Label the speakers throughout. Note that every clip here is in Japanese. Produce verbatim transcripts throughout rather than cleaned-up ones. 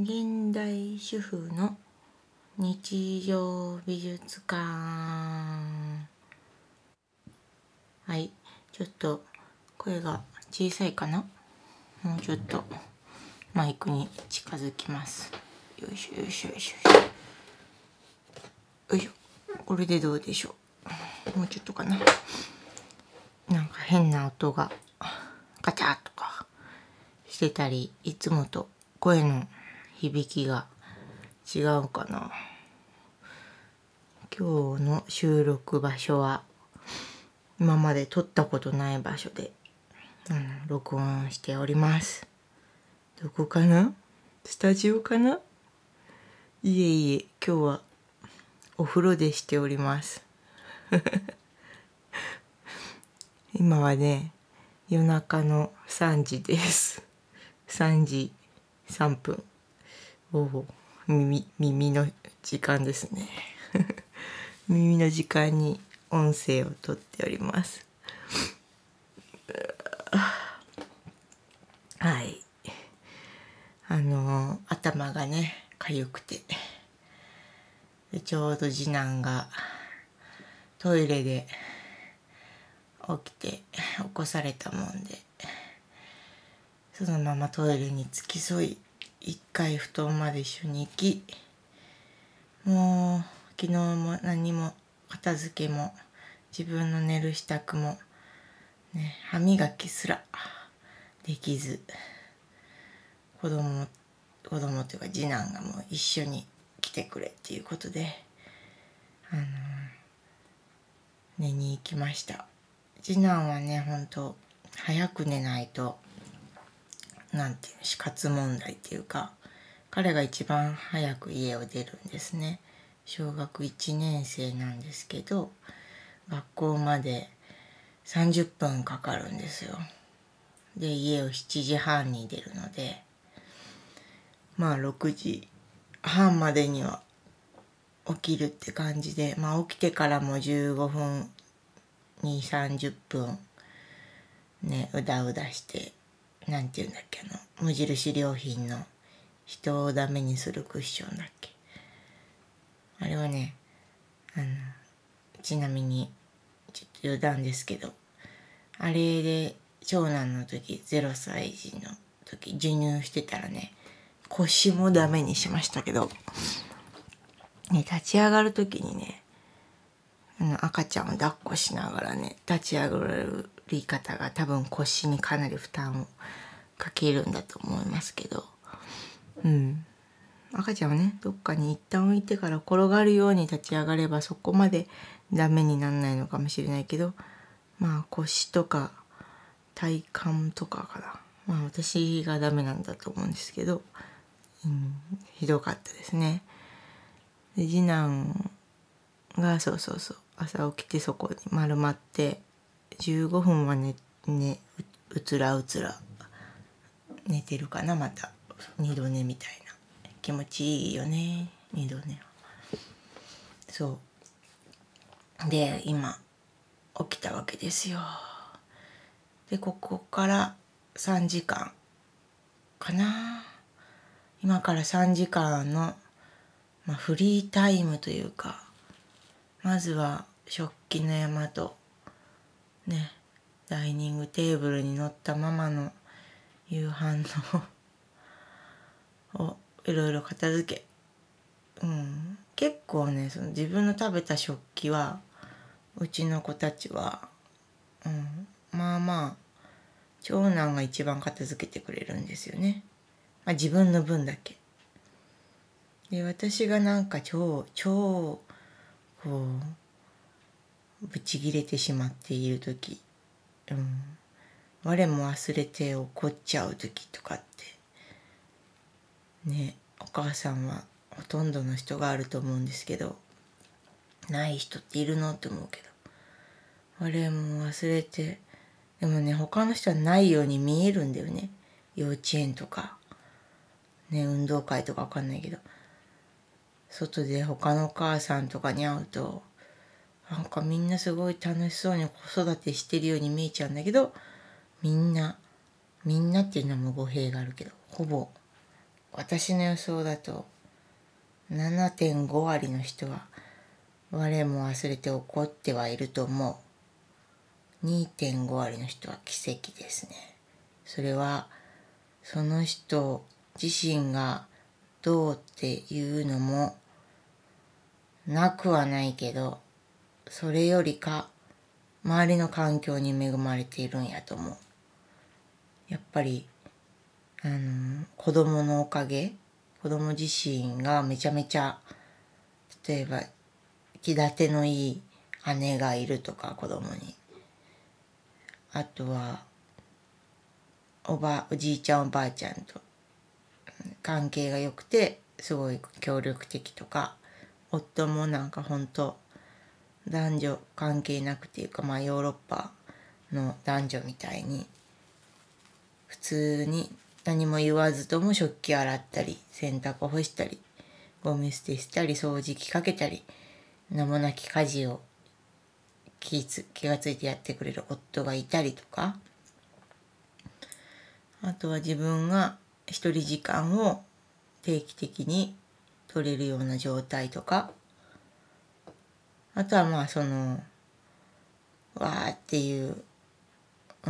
Speaker 1: 現代主婦の日常美術館。はい、ちょっと声が小さいかな。もうちょっとマイクに近づきます。よいしょよいしょよいしょよいしょ。これでどうでしょう。もうちょっとかな。なんか変な音がガチャッとかしてたり、いつもと声の響きが違うかな。今日の収録場所は今まで撮ったことない場所で、うん、録音しております。どこかな？スタジオかな？いえいえ、今日はお風呂でしております今はね、夜中のさんじです。さんじさんぷん。おお、耳耳の時間ですね耳の時間に音声をとっておりますはい。あの頭がね痒くて、でちょうど次男がトイレで起きて起こされたもんで、そのままトイレに付き添い、一回布団まで一緒に行き、もう昨日も何も片付けも自分の寝る支度もね、歯磨きすらできず、子供子供というか次男がもう一緒に来てくれっていうことで、あの寝に行きました。次男はね、本当早く寝ないと、なんていうの、死活問題っていうか、彼が一番早く家を出るんですね。小学いちねん生なんですけど、学校までさんじゅっぷんかかるんですよ。で、家をしちじはんに出るので、まあろくじはんまでには起きるって感じで、まあ起きてからもじゅうごふんにじゅう、さんじゅっぷんね、うだうだして、なんていうんだっけ、あの無印良品の人をダメにするクッションだっけ、あれはね、あのちなみにちょっと余談ですけど、あれで長男の時ゼロさい児の時授乳してたらね、腰もダメにしましたけど、ね、立ち上がる時にね、あの赤ちゃんを抱っこしながらね、立ち上がり方が多分腰にかなり負担をかけるんだと思いますけど、うん、赤ちゃんをねどっかに一旦置いてから転がるように立ち上がればそこまでダメにならないのかもしれないけど、まあ腰とか体幹とかかな、まあ私がダメなんだと思うんですけど、うん、ひどかったですね。で次男がそうそうそう朝起きてそこに丸まってじゅうごふんはね、ねうつらうつら寝てるかな。また二度寝みたいな、気持ちいいよね二度寝は。そうで今起きたわけですよ。でここからさんじかんかな、今からさんじかんの、まあ、フリータイムというか、まずは食器の山とね、ダイニングテーブルに乗ったままの夕飯のをいろいろ片付け、うん、結構ね、その自分の食べた食器はうちの子たちは、うん、まあまあ長男が一番片付けてくれるんですよね、まあ、自分の分だけで、私がなんか超超こうブチギレてしまっている時、うん、我も忘れて怒っちゃう時とかってね、お母さんはほとんどの人があると思うんですけど、ない人っているのって思うけど、我も忘れて、でもね、他の人はないように見えるんだよね。幼稚園とかね、運動会とかわかんないけど、外で他のお母さんとかに会うと、なんかみんなすごい楽しそうに子育てしてるように見えちゃうんだけど、みんなみんなっていうのも語弊があるけど、ほぼ私の予想だと ななてんご 割の人は我も忘れて怒ってはいると思う。にてんご 割の人は奇跡ですね。それはその人自身がどうっていうのもなくはないけど、それよりか周りの環境に恵まれているんやと思う。やっぱりあの子供のおかげ、子供自身がめちゃめちゃ、例えば気立てのいい姉がいるとか、子供に、あとはおばおじいちゃんおばあちゃんと関係が良くてすごい協力的とか、夫もなんか本当男女関係なくていうか、まあヨーロッパの男女みたいに普通に何も言わずとも食器洗ったり洗濯干したりゴミ捨てしたり掃除機かけたり名もなき家事を 気, つ気がついてやってくれる夫がいたりとか、あとは自分が一人時間を定期的に取れるような状態とか、あとはまあそのわーっていう、うん、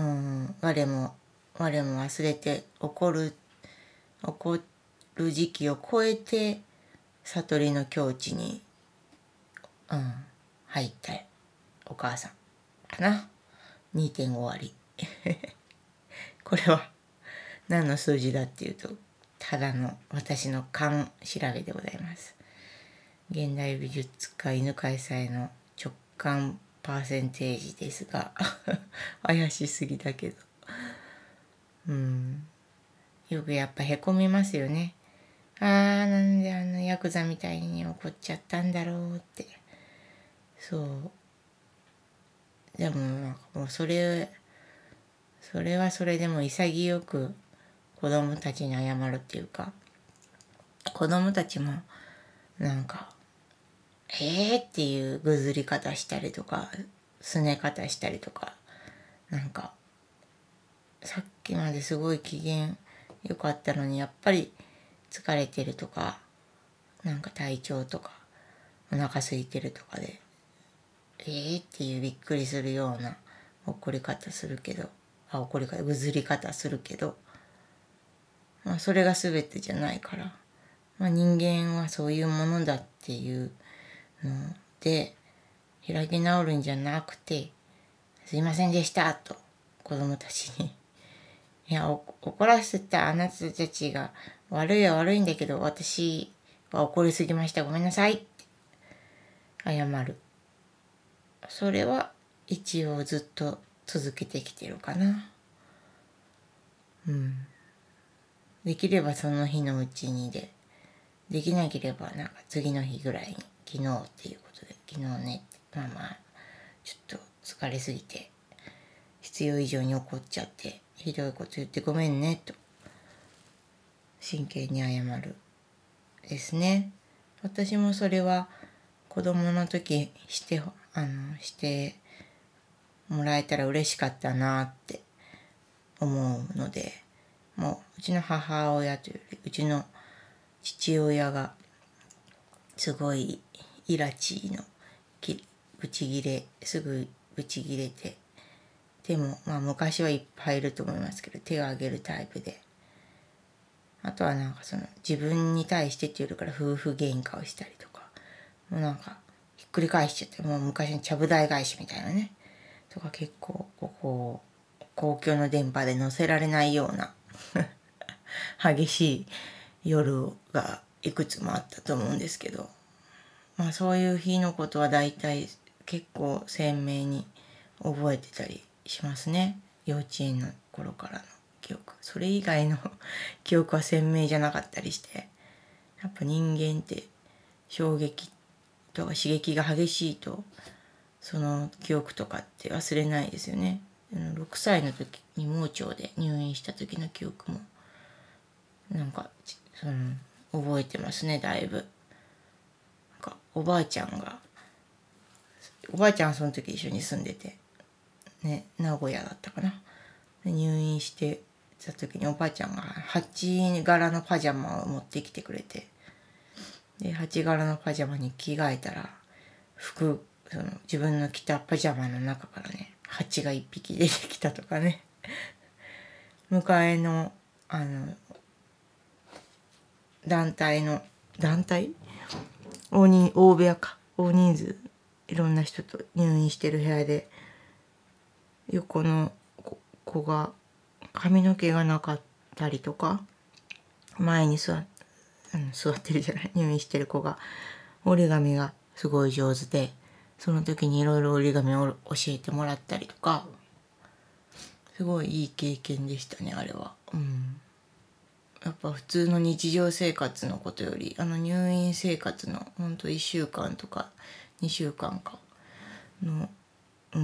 Speaker 1: 我も我も忘れて怒る怒る時期を超えて悟りの境地に、うん、入ったお母さんかな。にてんご 割これは何の数字だっていうと、ただの私の勘調べでございます。現代美術家犬飼祭の直感パーセンテージですが怪しすぎだけど、うんよくやっぱへこみますよね。あーなんであのヤクザみたいに怒っちゃったんだろうって。そうでもなんかもうそれそれはそれでも潔く子供たちに謝るっていうか、子供たちもなんかえーっていうぐずり方したりとかすね方したりとか、なんかさっきまですごい機嫌良かったのにやっぱり疲れてるとか、なんか体調とかお腹空いてるとかでえーっていうびっくりするような怒り方するけど、あ怒り方ぐずり方するけど、まあそれが全てじゃないから、まあ、人間はそういうものだっていうので開き直るんじゃなくて、すいませんでしたと子供たちにいや怒らせたあなたたちが悪いは悪いんだけど、私は怒りすぎました、ごめんなさいって謝る。それは一応ずっと続けてきてるかな。うんできればその日のうちにで、できなければなんか次の日ぐらいに、昨日っていうことで、昨日ねまあまあちょっと疲れすぎて必要以上に怒っちゃってひどいこと言ってごめんねと真剣に謝るですね。私もそれは子供の時してあのしてもらえたら嬉しかったなって思うので、もううちの母親というよりうちの父親がすごいイラチのブチギレすぐブチギレて、手もまあ昔はいっぱいいると思いますけど手を挙げるタイプで、あとはなんかその自分に対してっていうから夫婦喧嘩をしたりとか、もうなんかひっくり返しちゃって、もう昔のちゃぶ台返しみたいなねとか、結構ここ公共の電波で載せられないような激しい夜がいくつもあったと思うんですけど、まあそういう日のことは大体結構鮮明に覚えてたりしますね。幼稚園の頃からの記憶、それ以外の記憶は鮮明じゃなかったりして、やっぱ人間って衝撃とか刺激が激しいとその記憶とかって忘れないですよね。ろくさいの時に盲腸で入院した時の記憶もなんかその覚えてますね、だいぶ。なんかおばあちゃんがおばあちゃんはその時一緒に住んでてね、名古屋だったかな、入院してた時におばあちゃんが蜂柄のパジャマを持ってきてくれて、で蜂柄のパジャマに着替えたら、服その自分の着たパジャマの中からね蜂が一匹出てきたとかね向かいのあの団体の団体大人大部屋か大人数いろんな人と入院してる部屋で、横の子が髪の毛がなかったりとか、前に座っ、うん、座ってるじゃない入院してる子が折り紙がすごい上手で、その時にいろいろ折り紙を教えてもらったりとか、すごいいい経験でしたねあれは。うん、やっぱ普通の日常生活のことより、あの入院生活のほんといっしゅうかんとかにしゅうかんかの、うん、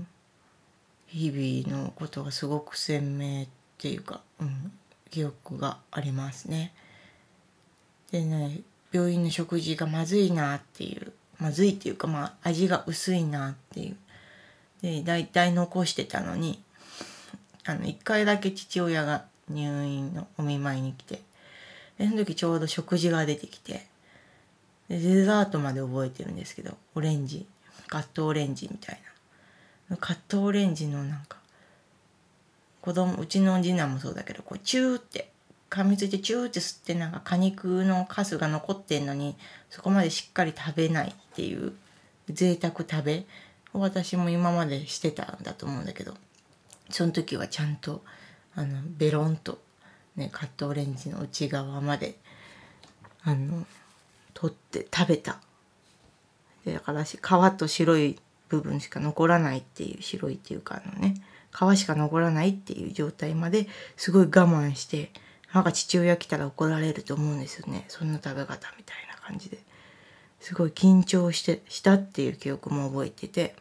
Speaker 1: 日々のことがすごく鮮明っていうか、うん、記憶がありますね。でね、病院の食事がまずいなっていう、まずいっていうか、まあ味が薄いなっていう。で、大体残してたのに、あの、一回だけ父親が入院のお見舞いに来て、で、その時ちょうど食事が出てきて、で、デザートまで覚えてるんですけど、オレンジ、カットオレンジみたいな。カットオレンジのなんか、子供、うちの次男もそうだけど、こう、チューって、噛みついてチューって吸ってなんか果肉のカスが残ってんのに、そこまでしっかり食べないっていう贅沢食べを私も今までしてたんだと思うんだけど、その時はちゃんと、あの、ベロンと、ね、カットオレンジの内側まで、あの、取って食べた。でだから皮と白い部分しか残らないっていう、白いっていうかあのね、皮しか残らないっていう状態まですごい我慢して、なんか父親来たら怒られると思うんですよね。そんな食べ方みたいな感じで。すごい緊張してしたっていう記憶も覚えてて。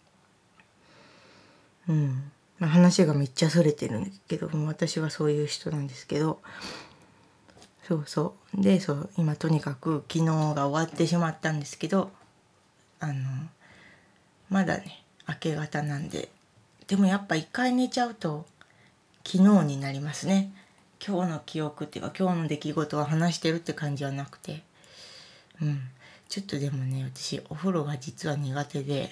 Speaker 1: うん。まあ、話がめっちゃそれてるんですけども、私はそういう人なんですけど、そうそう。で、そう、今とにかく昨日が終わってしまったんですけど、あの、まだね、明け方なんで、でもやっぱ一回寝ちゃうと昨日になりますね。今日の記憶っていうか今日の出来事を話してるって感じはなくて、うん、ちょっとでもね、私お風呂が実は苦手で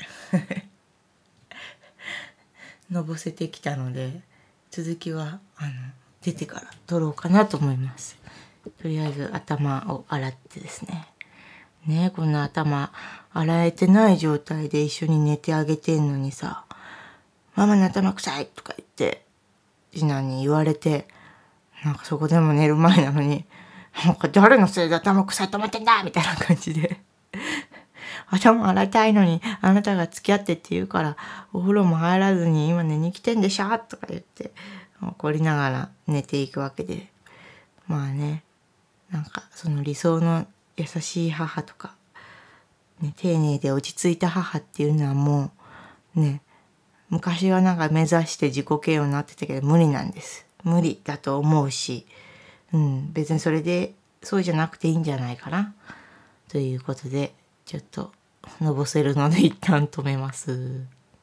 Speaker 1: のぼせてきたので、続きはあの出てから撮ろうかなと思います。とりあえず頭を洗ってですね、ね、こんな頭洗えてない状態で一緒に寝てあげてんのにさ、ママの頭臭いとか言って次男に言われて、なんかそこでも寝る前なのに、なんか誰のせいで頭臭いと思ってんだみたいな感じで頭洗いたいのにあなたが付き合ってって言うからお風呂も入らずに今寝に来てんでしょとか言って怒りながら寝ていくわけで、まあね、なんかその理想の優しい母とか、ね、丁寧で落ち着いた母っていうのはもうね、昔はなんか目指して自己嫌悪になってたけど無理なんです。無理だと思うし、うん、別にそれでそうじゃなくていいんじゃないかなということで、ちょっとのぼせるので一旦止めます。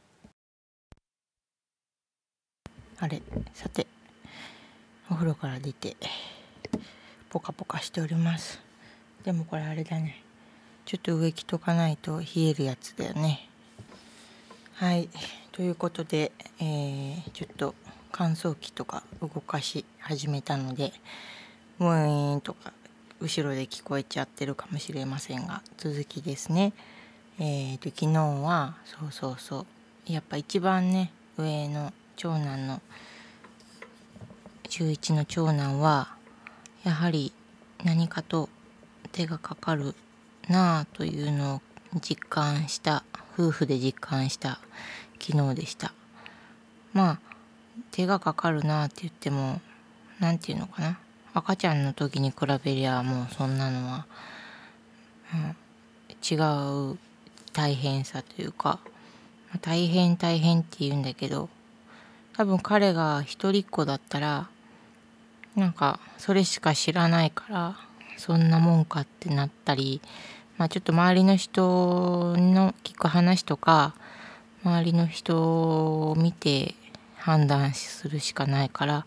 Speaker 1: あれ、さてお風呂から出てポカポカしております。でもこれあれだね、ちょっと上着とかないと冷えるやつだよね。はい、ということで、えー、ちょっと乾燥機とか動かし始めたので、ムーンとか後ろで聞こえちゃってるかもしれませんが、続きですね。えーと昨日はそうそうそうやっぱ一番ね、上の長男の中いちの長男はやはり何かと手がかかるなあというのを実感した、夫婦で実感した昨日でした。まあ手がかかるなあって言っても、なんていうのかな、赤ちゃんの時に比べりゃもうそんなのは、うん、違う大変さというか、大変大変って言うんだけど、多分彼が一人っ子だったらなんかそれしか知らないからそんなもんかってなったり、まあちょっと周りの人の聞く話とか周りの人を見て判断するしかないから、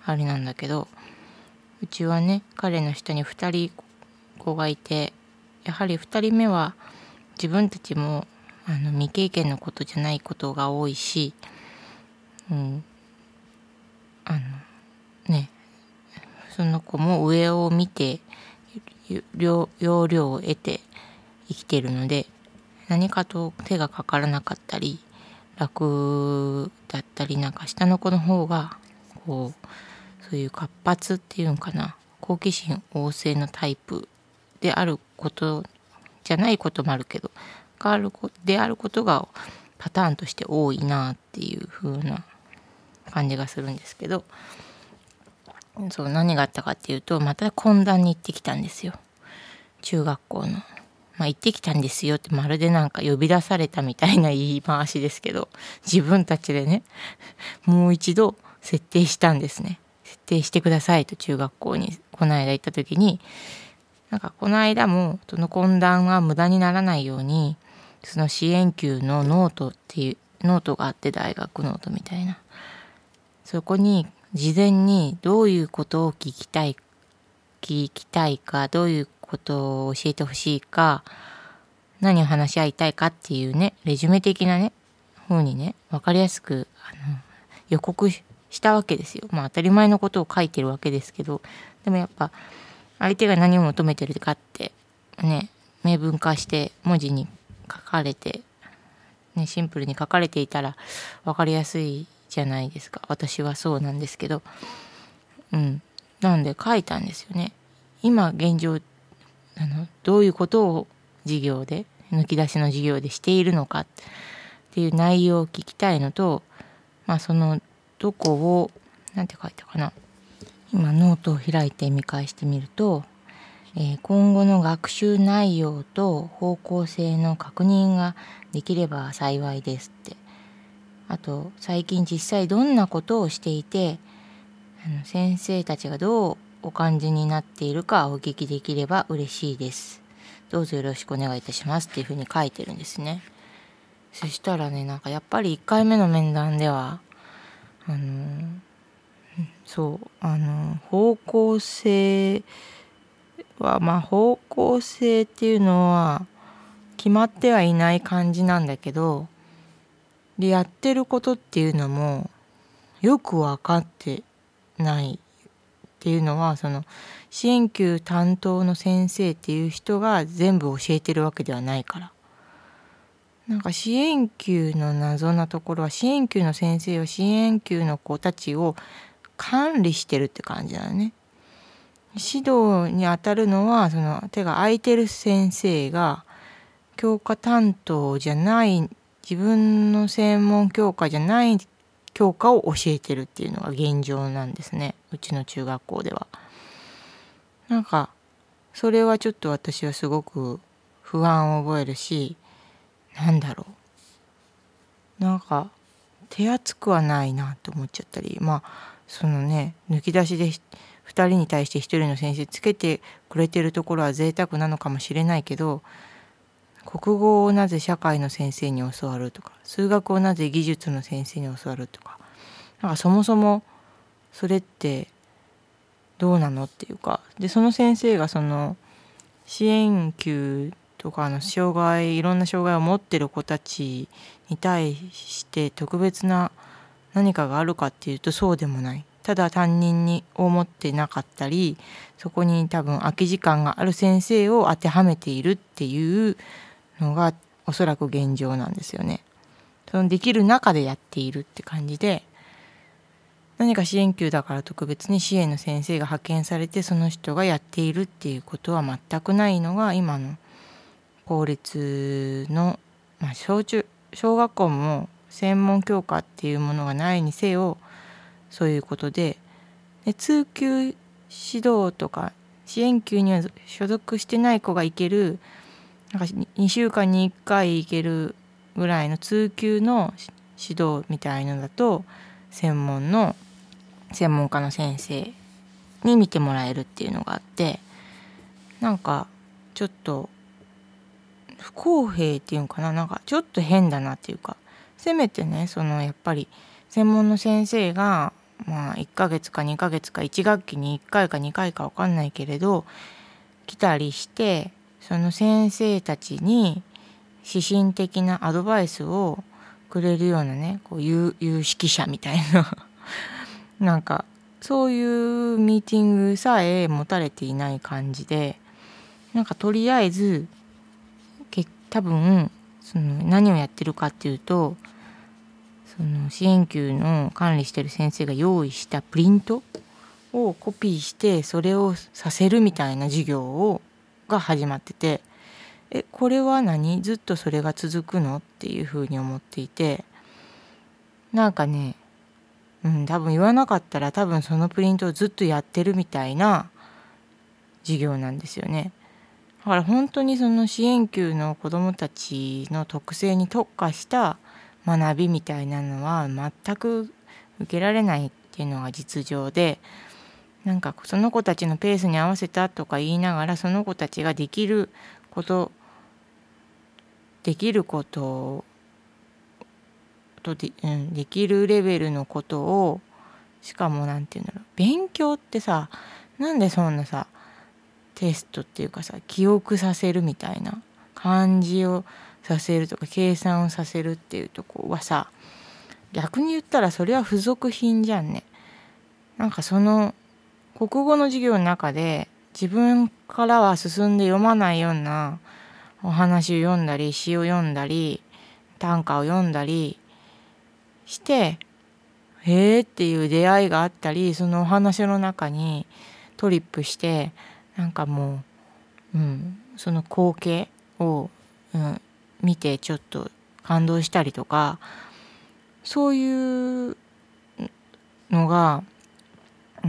Speaker 1: あれなんだけど、うちはね彼の下にふたり子がいて、やはりふたりめは自分たちもあの未経験のことじゃないことが多いし、うん、あのねその子も上を見て要領を得て生きているので、何かと手がかからなかったり楽だったり、なんか下の子の方がこうそういう活発っていうのかな、好奇心旺盛のタイプであることじゃないこともあるけどがあるであることがパターンとして多いなっていう風な感じがするんですけど、そう何があったかっていうと、また懇談に行ってきたんですよ、中学校の。まあ、行ってきたんですよってまるでなんか呼び出されたみたいな言い回しですけど、自分たちでねもう一度設定したんですね。設定してくださいと中学校にこの間行った時に、なんかこの間もその懇談は無駄にならないように、その支援級のノートっていうノートがあって、大学ノートみたいな、そこに事前にどういうことを聞きたい聞きたいか、どういうことを教えてほしいか、何を話し合いたいかっていうね、レジュメ的なね風にね分かりやすくあの予告したわけですよ。まあ当たり前のことを書いてるわけですけど、でもやっぱ相手が何を求めてるかってね明文化して文字に書かれて、ね、シンプルに書かれていたら分かりやすいじゃないですか。私はそうなんですけど、うんなんで書いたんですよね。今現状あのどういうことを授業で抜き出しの授業でしているのかっていう内容を聞きたいのと、まあそのどこをなんて書いたかな、今ノートを開いて見返してみると、えー、今後の学習内容と方向性の確認ができれば幸いですって、あと最近実際どんなことをしていて、あの先生たちがどうお感じになっているかお聞きできれば嬉しいです。どうぞよろしくお願いいたしますっていうふうに書いてるんですね。そしたらね、なんかやっぱりいっかいめの面談ではあのそうあの方向性はまあ方向性っていうのは決まってはいない感じなんだけど、でやってることっていうのもよく分かってないっていうのは、その支援級担当の先生っていう人が全部教えてるわけではないから、なんか支援級の謎なところは、支援級の先生は支援級の子たちを管理してるって感じなのね。指導に当たるのはその手が空いてる先生が教科担当じゃない、自分の専門教科じゃない教科を教えてるっていうのが現状なんですね、うちの中学校では。なんかそれはちょっと私はすごく不安を覚えるし、なんだろう、なんか手厚くはないなと思っちゃったり、まあそのね抜き出しでふたりに対してひとりの先生つけてくれてるところは贅沢なのかもしれないけど、国語をなぜ社会の先生に教わるとか、数学をなぜ技術の先生に教わるとか、なんかそもそもそれってどうなのっていうか、でその先生がその支援級とかの障害、いろんな障害を持ってる子たちに対して特別な何かがあるかっていうとそうでもない。ただ担任に思ってなかったり、そこに多分空き時間がある先生を当てはめているっていうのがおそらく現状なんですよね。そのできる中でやっているって感じで、何か支援級だから特別に支援の先生が派遣されてその人がやっているっていうことは全くないのが今の公立の、まあ、小中小学校も専門教科っていうものがないにせよそういうことで、で通級指導とか支援級には所属してない子が行ける、なんかにしゅうかんにいっかい行けるぐらいの通級の指導みたいのだと、専門の専門家の先生に見てもらえるっていうのがあって、なんかちょっと不公平っていうのかな、なんかちょっと変だなっていうか、せめてねそのやっぱり専門の先生がまあいっかげつかにかげつかいち学期にいっかいかにかいか分かんないけれど来たりして、その先生たちに指針的なアドバイスをくれるようなね、こう有有識者みたいななんかそういうミーティングさえ持たれていない感じで、なんかとりあえずけ多分その何をやってるかっていうと、その支援級の管理してる先生が用意したプリントをコピーしてそれをさせるみたいな授業をが始まってて、えこれは何ずっとそれが続くのっていうふうに思っていて、なんかね、うん多分言わなかったら多分そのプリントをずっとやってるみたいな授業なんですよね。だから本当にその支援級の子どもたちの特性に特化した学びみたいなのは全く受けられないっていうのが実情で、なんかその子たちのペースに合わせたとか言いながら、その子たちができることできることと で,、うん、できるレベルのことを、しかもなんていうんだろう、勉強ってさ、なんでそんなさテストっていうかさ、記憶させるみたいな、漢字をさせるとか計算をさせるっていうとこはさ、逆に言ったらそれは付属品じゃんね。なんかその国語の授業の中で自分からは進んで読まないようなお話を読んだり詩を読んだり短歌を読んだりしてへーっていう出会いがあったり、そのお話の中にトリップしてなんかもう、うん、その光景を、うん、見てちょっと感動したりとか、そういうのが、うん、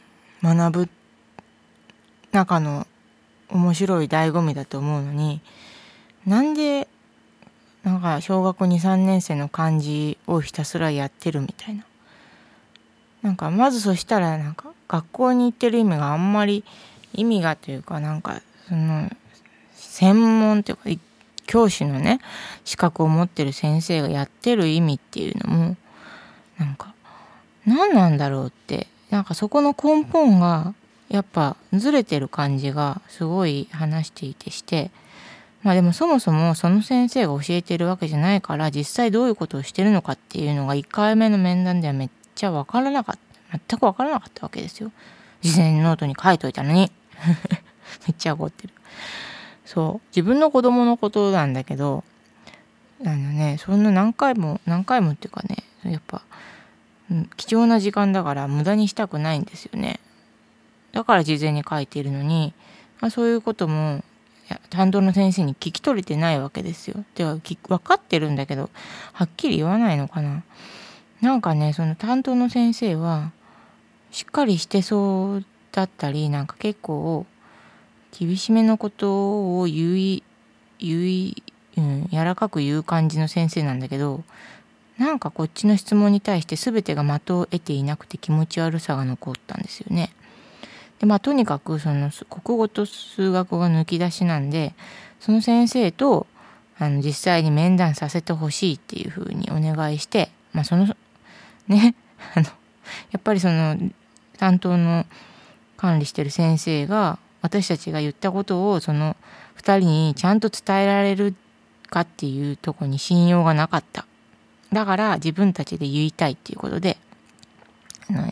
Speaker 1: 学ぶ中の面白い醍醐味だと思うのに、なんでなんか小学にさんねん生の漢字をひたすらやってるみたいな。なんかまずそしたらなんか学校に行ってる意味があんまり意味がというか、なんかその専門というか教師のね資格を持ってる先生がやってる意味っていうのもなんか何なんだろうって、なんかそこの根本がやっぱずれてる感じがすごい話していてして、まあでもそもそもその先生が教えてるわけじゃないから、実際どういうことをしてるのかっていうのがいっかいめの面談ではめっちゃ分からなかった。全く分からなかったわけですよ。事前にノートに書いといたのにめっちゃ怒ってる。そう自分の子供のことなんだけど、あのねそんな何回も何回もっていうかね、やっぱ、うん、貴重な時間だから無駄にしたくないんですよね。だから事前に書いているのに、まあ、そういうことも担当の先生に聞き取れてないわけですよ。では分かってるんだけどはっきり言わないのかな。なんかねその担当の先生はしっかりしてそうだったり、なんか結構厳しめのことを言い言い、うん、柔らかく言う感じの先生なんだけど、なんかこっちの質問に対して全てが的を得ていなくて気持ち悪さが残ったんですよね。でまあとにかくその国語と数学が抜き出しなんで、その先生とあの実際に面談させてほしいっていうふうにお願いして、まあそのねあのやっぱりその担当の管理してる先生が私たちが言ったことをそのふたりにちゃんと伝えられるかっていうところに信用がなかった。だから自分たちで言いたいっていうことであの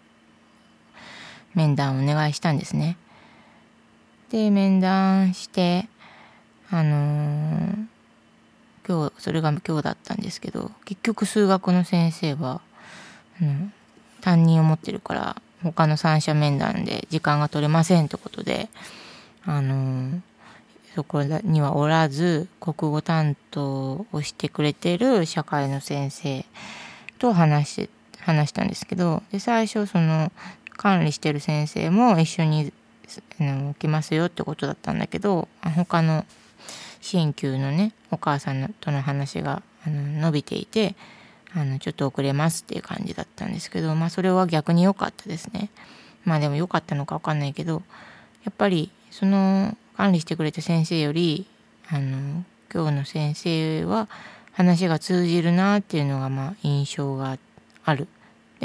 Speaker 1: 面談をお願いしたんですね。で面談してあのー、今日それが今日だったんですけど、結局数学の先生は、うん、担任を持ってるから他の三者面談で時間が取れませんってことで、あのー、そこにはおらず国語担当をしてくれてる社会の先生と話して話したんですけど、で最初その管理してる先生も一緒に受けますよってことだったんだけど、他の支援級のねお母さんとの話があの伸びていて、あのちょっと遅れますっていう感じだったんですけど、まあそれは逆に良かったですね。まあでも良かったのか分かんないけど、やっぱりその管理してくれた先生よりあの今日の先生は話が通じるなっていうのがまあ印象がある。で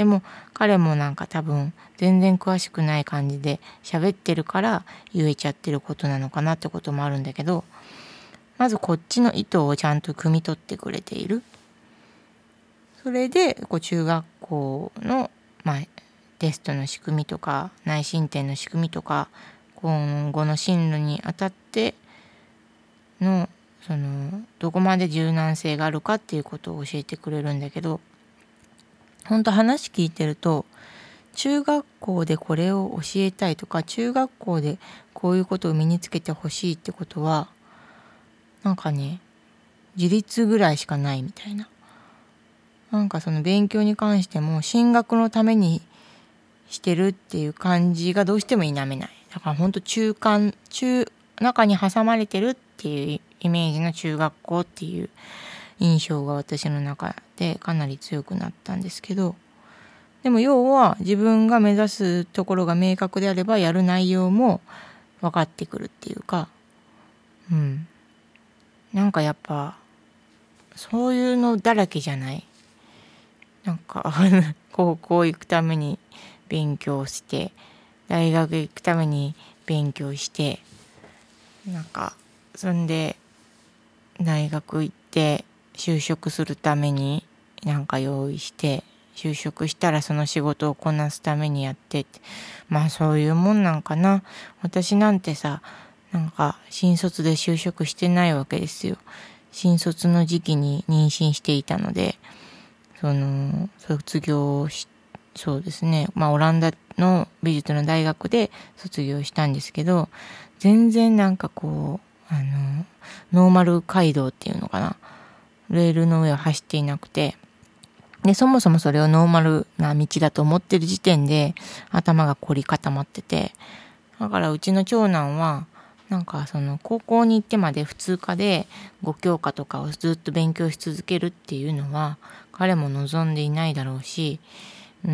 Speaker 1: でも彼もなんか多分全然詳しくない感じで喋ってるから言えちゃってることなのかなってこともあるんだけど、まずこっちの意図をちゃんと汲み取ってくれている。それでこう中学校の、まあ、テストの仕組みとか内申点の仕組みとか今後の進路にあたってのそのどこまで柔軟性があるかっていうことを教えてくれるんだけど、本当話聞いてると中学校でこれを教えたいとか中学校でこういうことを身につけてほしいってことはなんかね自立ぐらいしかないみたいな。なんかその勉強に関しても進学のためにしてるっていう感じがどうしても否めない。だから本当中間中中に挟まれてるっていうイメージの中学校っていう印象が私の中でかなり強くなったんですけど、でも要は自分が目指すところが明確であればやる内容も分かってくるっていうか、うん、なんかやっぱそういうのだらけじゃない。なんか高校行くために勉強して大学行くために勉強してなんかそんで大学行って就職するためになんか用意して就職したらその仕事をこなすためにやってって、まあそういうもんなんかな。私なんてさなんか新卒で就職してないわけですよ。新卒の時期に妊娠していたのでその卒業しそうですねまあオランダの美術の大学で卒業したんですけど、全然なんかこうあのノーマル街道っていうのかな、レールの上を走っていなくて、でそもそもそれをノーマルな道だと思ってる時点で頭が凝り固まってて、だからうちの長男はなんかその高校に行ってまで普通科でご教科とかをずっと勉強し続けるっていうのは彼も望んでいないだろうし、うん、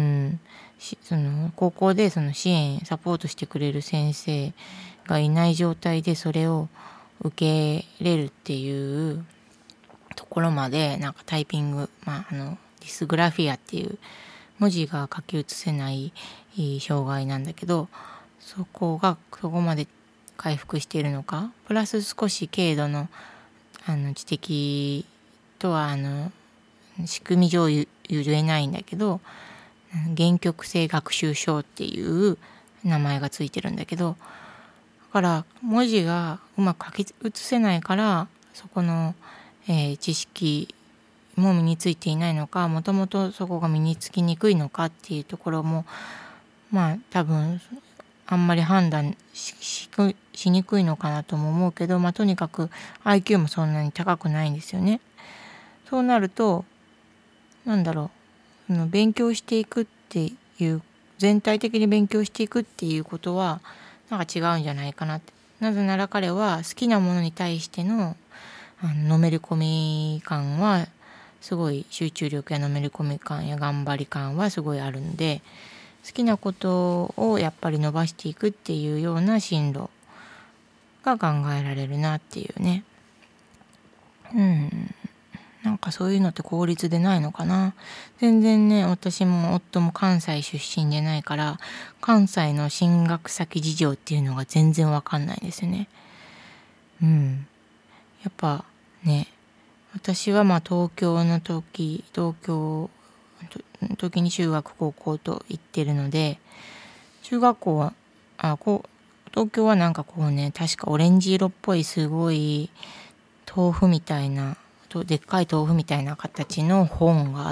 Speaker 1: しその高校でその支援サポートしてくれる先生がいない状態でそれを受けれるっていうところまでなんかタイピング、まあ、あのディスグラフィアっていう文字が書き写せない障害なんだけど、そこがそこまで回復しているのか、プラス少し軽度のあの知的とはあの仕組み上言えないんだけど限局性学習症っていう名前がついてるんだけど、だから文字がうまく書き写せないからそこの、えー、知識も身についていないのか、もともとそこが身につきにくいのかっていうところもまあ多分あんまり判断 し, し, しにくいのかなとも思うけど、まあとにかく アイキュー もそんなに高くないんですよね。そうなるとなんだろう、その勉強していくっていう全体的に勉強していくっていうことはなんか違うんじゃないかなって。なぜなら彼は好きなものに対してのあののめり込み感はすごい、集中力やのめり込み感や頑張り感はすごいあるんで、好きなことをやっぱり伸ばしていくっていうような進路が考えられるなっていうね。うんなんかそういうのって効率でないのかな。全然ね私も夫も関西出身でないから関西の進学先事情っていうのが全然わかんないんですよね。うんやっぱね私はまあ東京の時東京の時に中学高校と行ってるので、中学校はあこう東京はなんかこうね確かオレンジ色っぽいすごい豆腐みたいなでっかい豆腐みたいな形の本があって、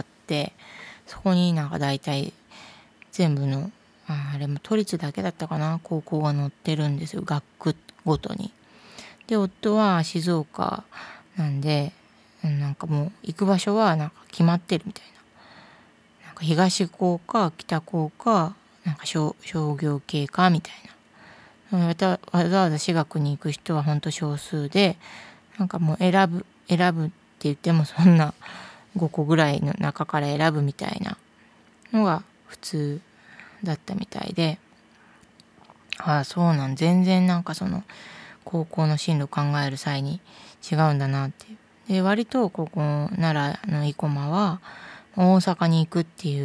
Speaker 1: そこになんか大体全部の あ, あれも都立だけだったかな高校が載ってるんですよ、学区ごとに。で夫は静岡なんでなんかもう行く場所はなんか決まってるみたいな、なんか東高か北高かなんか 商, 商業系かみたいな、わざわざ私学に行く人は本当少数で、なんかもう選ぶ選ぶって言ってもそんなごこぐらいの中から選ぶみたいなのが普通だったみたいで、ああそうなん、全然なんかその高校の進路考える際に違うんだなっていう。で割とここ奈良の生駒は大阪に行くっていう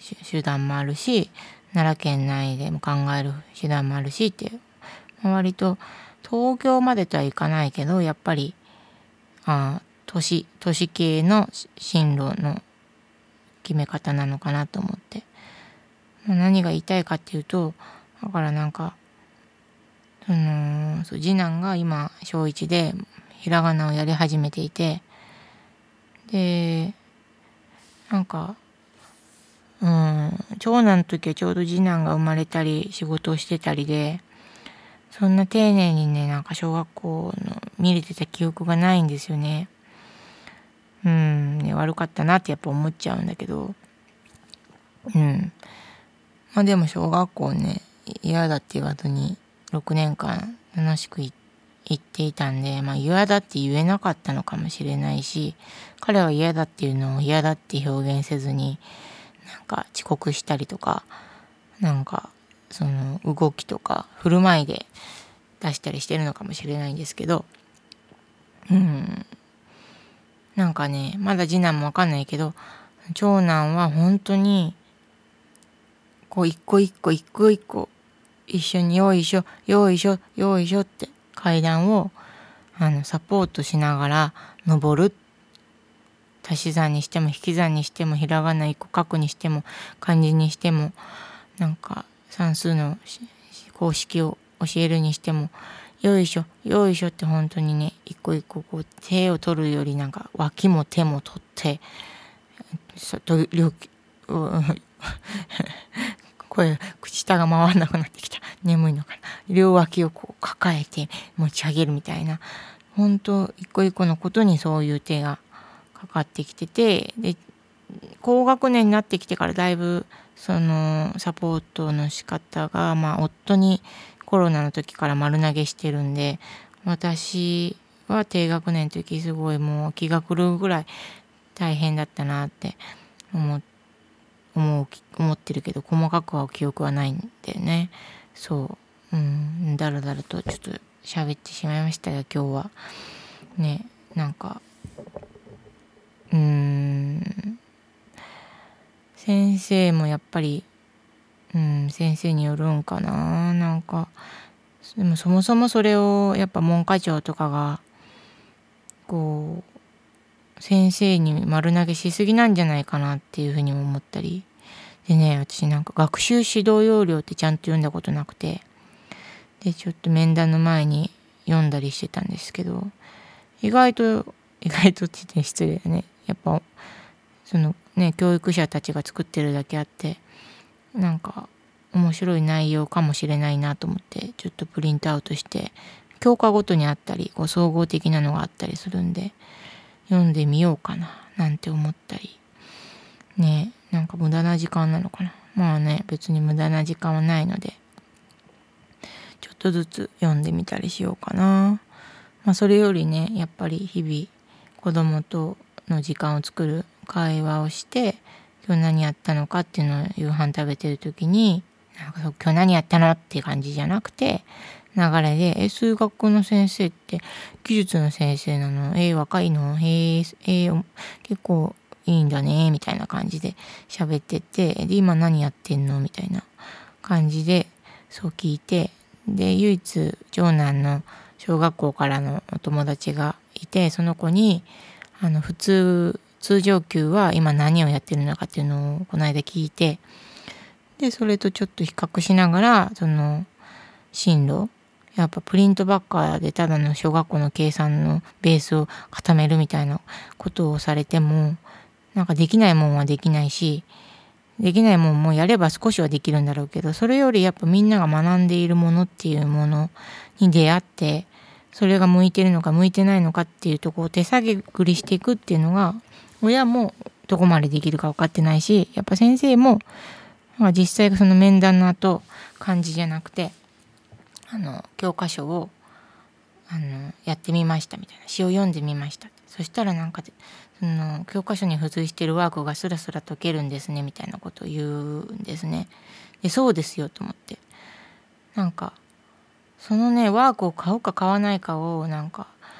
Speaker 1: 手段もあるし、奈良県内でも考える手段もあるしっていう、割と東京までとはいかないけど、やっぱりあ都市都市系の進路の決め方なのかなと思って、まあ、何が言いたいかっていうと、だからなんかそのそう次男が今しょういちでひらがなをやり始めていて、でなんかうん長男の時はちょうど次男が生まれたり仕事をしてたりで、そんな丁寧にねなんか小学校の見れてた記憶がないんですよね。うんね悪かったなってやっぱ思っちゃうんだけど、うんまあでも小学校ね嫌だって言わずにろくねんかん楽しく行っていたんで、まあ嫌だって言えなかったのかもしれないし、彼は嫌だっていうのを嫌だって表現せずになんか遅刻したりとか、なんかその動きとか振る舞いで出したりしてるのかもしれないんですけど、うんなんかねまだ次男もわかんないけど、長男は本当にこう一個一個一個一個一緒によいしょよいしょよいしょって階段をあのサポートしながら登る。足し算にしても引き算にしてもひらがな一個書くにしても漢字にしてもなんか算数の公式を教えるにしてもよいしょよいしょって本当にね一個一個こう手を取るよりなんか脇も手も取ってと両声下が回らなくなってきた、眠いのかな、両脇をこう抱えて持ち上げるみたいな、本当一個一個のことにそういう手がかかってきてて、で高学年になってきてからだいぶそのサポートの仕方がまあ夫にコロナの時から丸投げしてるんで、私は低学年の時すごいもう気が狂うぐらい大変だったなって思って思う思ってるけど、細かくは記憶はないんだよね。そううんだらだらとちょっと喋ってしまいましたが、今日はねなんかうーん先生もやっぱりうん先生によるんかな、なんかでもそもそもそれをやっぱ文科省とかがこう先生に丸投げしすぎなんじゃないかなっていうふうにも思ったりでね、私なんか学習指導要領ってちゃんと読んだことなくて、でちょっと面談の前に読んだりしてたんですけど、意外と意外とって言って失礼だね、やっぱそのね教育者たちが作ってるだけあってなんか面白い内容かもしれないなと思ってちょっとプリントアウトして、教科ごとにあったりこう総合的なのがあったりするんで読んでみようかななんて思ったりね。なんか無駄な時間なのかな、まあね別に無駄な時間はないのでちょっとずつ読んでみたりしようかな。まあそれよりねやっぱり日々子供との時間を作る会話をして今日何やったのかっていうのを夕飯食べてる時になんか今日何やったのっていう感じじゃなくて流れでえ数学の先生って技術の先生なの、え若いの、へええー、結構いいんだねみたいな感じで喋ってて、で今何やってんのみたいな感じでそう聞いて、で唯一長男の小学校からのお友達がいて、その子にあの普通通常級は今何をやってるのかっていうのをこの間聞いて、でそれとちょっと比較しながらその進路やっぱプリントばっかでただの小学校の計算のベースを固めるみたいなことをされてもなんかできないもんはできないし、できないもんもやれば少しはできるんだろうけど、それよりやっぱみんなが学んでいるものっていうものに出会ってそれが向いてるのか向いてないのかっていうところを手探りしていくっていうのが親もどこまでできるか分かってないし、やっぱ先生も実際その面談の後漢字じゃなくてあの教科書をあのやってみましたみたいな詩を読んでみました、そしたらなんかその教科書に付随しているワークがスラスラ解けるんですねみたいなことを言うんですね。でそうですよと思って、なんかそのねワークを買うか買わないかをなんか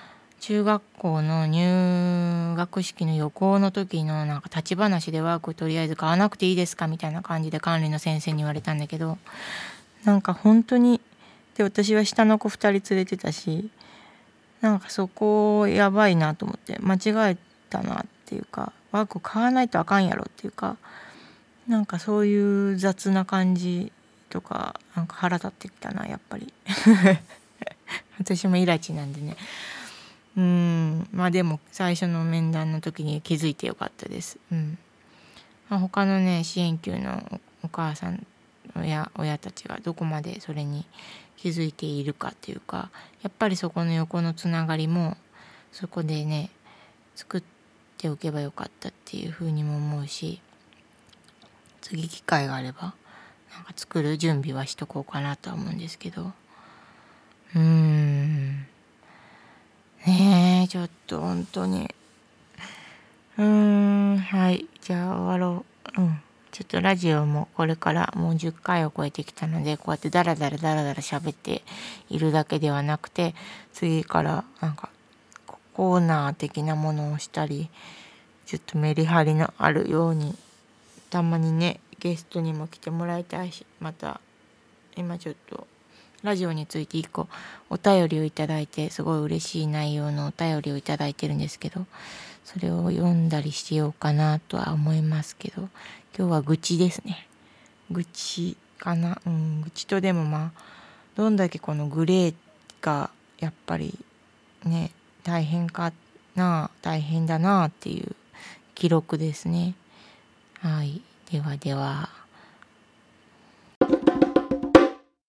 Speaker 1: 中学校の入学式の予行の時のなんか立ち話でワークとりあえず買わなくていいですかみたいな感じで管理の先生に言われたんだけど、なんか本当に、で私は下の子ふたり連れてたし、なんかそこやばいなと思って、間違えたなっていうか、ワーク買わないとあかんやろっていうか、なんかそういう雑な感じとか、なんか腹立ってきたなやっぱり私もイラチなんでね。うーんまあでも最初の面談の時に気づいてよかったです。うん、まあ、他のね支援級のお母さん親親たちがどこまでそれに気づいているかっていうか、やっぱりそこの横のつながりもそこでね作っておけばよかったっていうふうにも思うし、次機会があればなんか作る準備はしとこうかなとは思うんですけど、うーんねえちょっと本当にうーんはいじゃあ終わろう。うんちょっとラジオもこれからもうじゅっかいを超えてきたので、こうやってダラダラダラダラ喋っているだけではなくて、次からなんかコーナー的なものをしたり、ちょっとメリハリのあるように、たまにねゲストにも来てもらいたいし、また今ちょっとラジオについて一個お便りをいただいて、すごい嬉しい内容のお便りをいただいてるんですけど、それを読んだりしようかなとは思いますけど、今日は愚痴ですね。愚痴かな。うん愚痴と、でもまあどんだけこのグレーがやっぱりね大変かな大変だなっていう記録ですね。はい、ではでは。